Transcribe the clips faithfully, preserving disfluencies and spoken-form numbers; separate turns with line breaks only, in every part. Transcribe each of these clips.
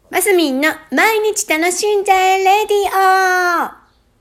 マスミンの毎日楽しんじゃえレディオ。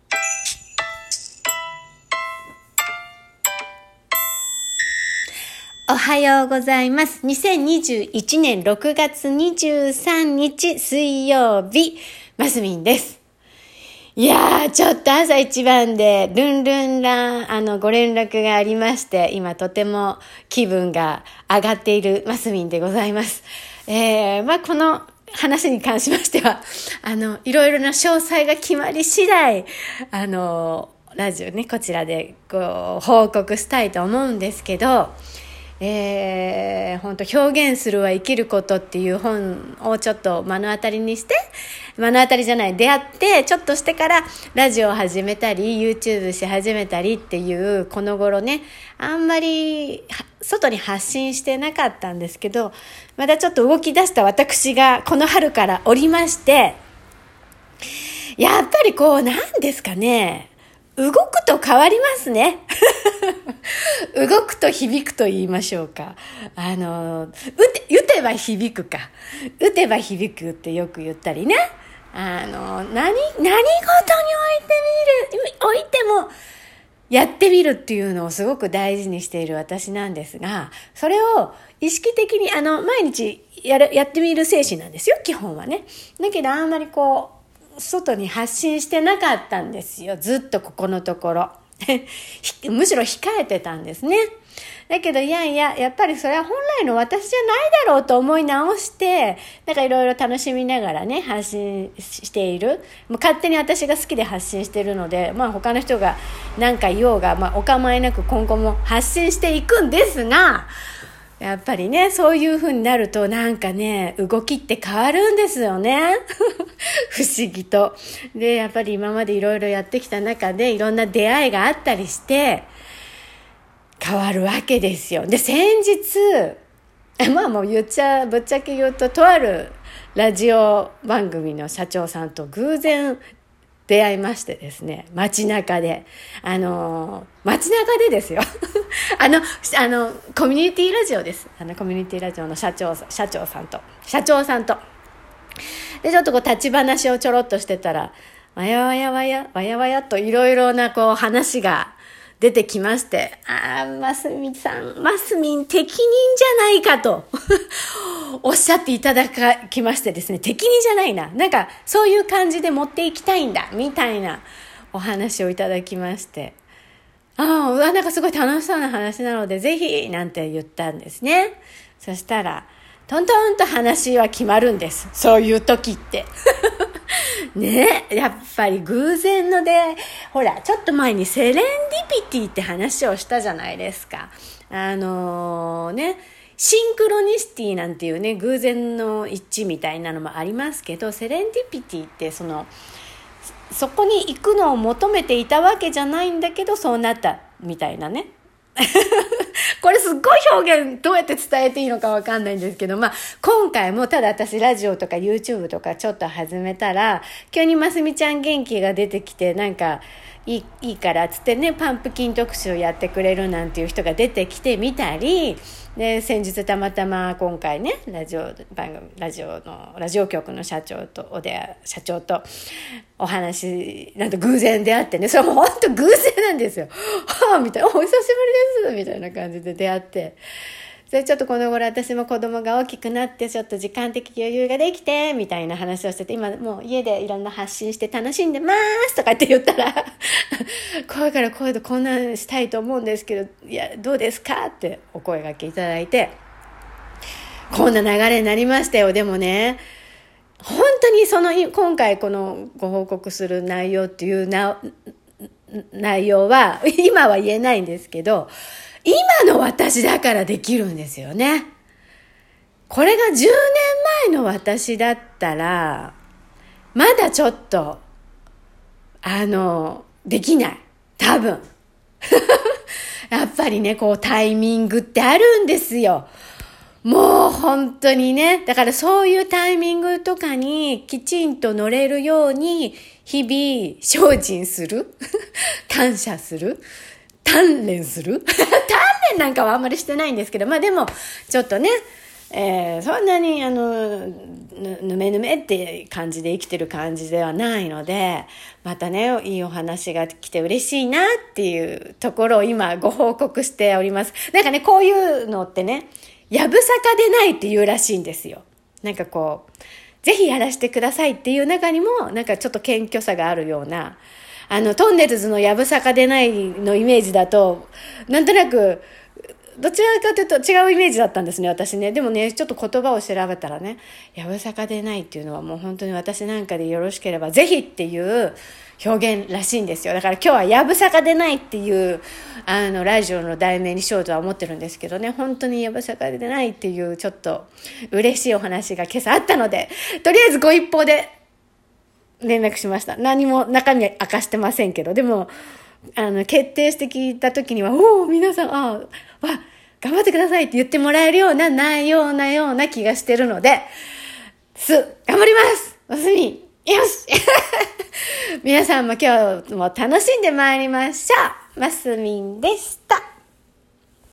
おはようございます。にせんにじゅういちねんろくがつにじゅうさんにち水曜日、マスミンです。いやー、ちょっと朝一番でルンルンラン、あの、ご連絡がありまして、今とても気分が上がっているマスミンでございます。えー、まあ、この話に関しましては、あの、いろいろな詳細が決まり次第、あの、ラジオね、こちらでこう報告したいと思うんですけど、えー、本当表現するは生きることっていう本をちょっと目の当たりにして、目の当たりじゃない、出会ってちょっとしてからラジオを始めたり YouTube し始めたりっていうこの頃ね、あんまり外に発信してなかったんですけど、まだちょっと動き出した私がこの春からおりまして、やっぱりこうなんですかね、動くと変わりますね。動くと響くと言いましょうか。あの、打て、打てば響くか。打てば響くってよく言ったりね。あの、何、何事においてみる、おいても、やってみるっていうのをすごく大事にしている私なんですが、それを意識的に、あの、毎日やる、やってみる精神なんですよ、基本はね。だけどあんまりこう、外に発信してなかったんですよ。ずっとここのところ。むしろ控えてたんですね。だけどいやいや、やっぱりそれは本来の私じゃないだろうと思い直して、なんかいろいろ楽しみながらね、発信している。もう勝手に私が好きで発信しているので、まあ他の人が何か言おうが、まあお構いなく今後も発信していくんですが、やっぱりね、そういう風になるとなんかね、動きって変わるんですよね。不思議と。で、やっぱり今までいろいろやってきた中でいろんな出会いがあったりして、変わるわけですよ。で、先日、まあもう言っちゃ、ぶっちゃけ言うと、とあるラジオ番組の社長さんと偶然出会いましてですね、街中で、あの、街中でですよ。あの、あの、コミュニティラジオです。あの、コミュニティラジオの社長、社長さんと、社長さんと。で、ちょっとこう立ち話をちょろっとしてたら、わやわやわや、わやわやといろいろなこう話が出てきまして、あー、マスミンさん、マスミン適任じゃないかとおっしゃっていただきましてですね、適任じゃないな。なんかそういう感じで持っていきたいんだ、みたいなお話をいただきまして、ああ、うわ、なんかすごい楽しそうな話なので、ぜひ、なんて言ったんですね。そしたら、トントンと話は決まるんです。そういう時って。ねえ、やっぱり偶然ので、ほら、ちょっと前にセレンディピティって話をしたじゃないですか。あのー、ね、シンクロニシティなんていうね、偶然の一致みたいなのもありますけど、セレンディピティってその、そこに行くのを求めていたわけじゃないんだけど、そうなったみたいなね。これすっごい表現どうやって伝えていいのかわかんないんですけど、まあ今回もただ私ラジオとか YouTube とかちょっと始めたら、急にますみちゃん元気が出てきて、なんかいい、いいからつってね、パンプキン特集やってくれるなんていう人が出てきてみたり、で、先日たまたま今回ね、ラジオ番組、ラジオの、ラジオ局の社長と、おで、社長とお話、なんと偶然出会ってね、それも本当偶然なんですよ。はぁ、みたいな、お久しぶりです、みたいな感じで出会って、それちょっとこの頃私も子供が大きくなってちょっと時間的余裕ができてみたいな話をしてて、今もう家でいろんな発信して楽しんでますとかって言ったらこれからこういうのこんなんしたいと思うんですけど、いやどうですかってお声掛けいただいて、こんな流れになりましたよ。でもね、本当にその今回このご報告する内容っていうな内容は今は言えないんですけど、今の私だからできるんですよね。これがじゅうねんまえの私だったら、まだちょっと、あの、できない。多分。やっぱりね、こうタイミングってあるんですよ。もう本当にね。だからそういうタイミングとかにきちんと乗れるように、日々精進する。感謝する。鍛錬する鍛錬なんかはあんまりしてないんですけど、まあでも、ちょっとね、 えー、そんなにあのぬ, ぬめぬめって感じで生きてる感じではないので、またねいいお話が来て嬉しいなっていうところを今ご報告しております。なんかねこういうのってねやぶさかでないって言うらしいんですよ。なんかこうぜひやらせてくださいっていう中にもなんかちょっと謙虚さがあるような、あのトンネルズのやぶさかでないのイメージだとなんとなくどちらかというと違うイメージだったんですね、私ね。でもね、ちょっと言葉を調べたらね、やぶさかでないっていうのはもう本当に私なんかでよろしければぜひっていう表現らしいんですよ。だから今日はやぶさかでないっていうあのラジオの題名にしようとは思ってるんですけどね、本当にやぶさかでないっていうちょっと嬉しいお話が今朝あったので、とりあえずご一報で連絡しました。何も中身は明かしてませんけど、でもあの決定して聞いた時には、おお皆さんあわ頑張ってくださいって言ってもらえるような内容なような気がしてるので、す頑張ります。おすみよし皆さんも今日も楽しんでまいりましょう。ますみんでした。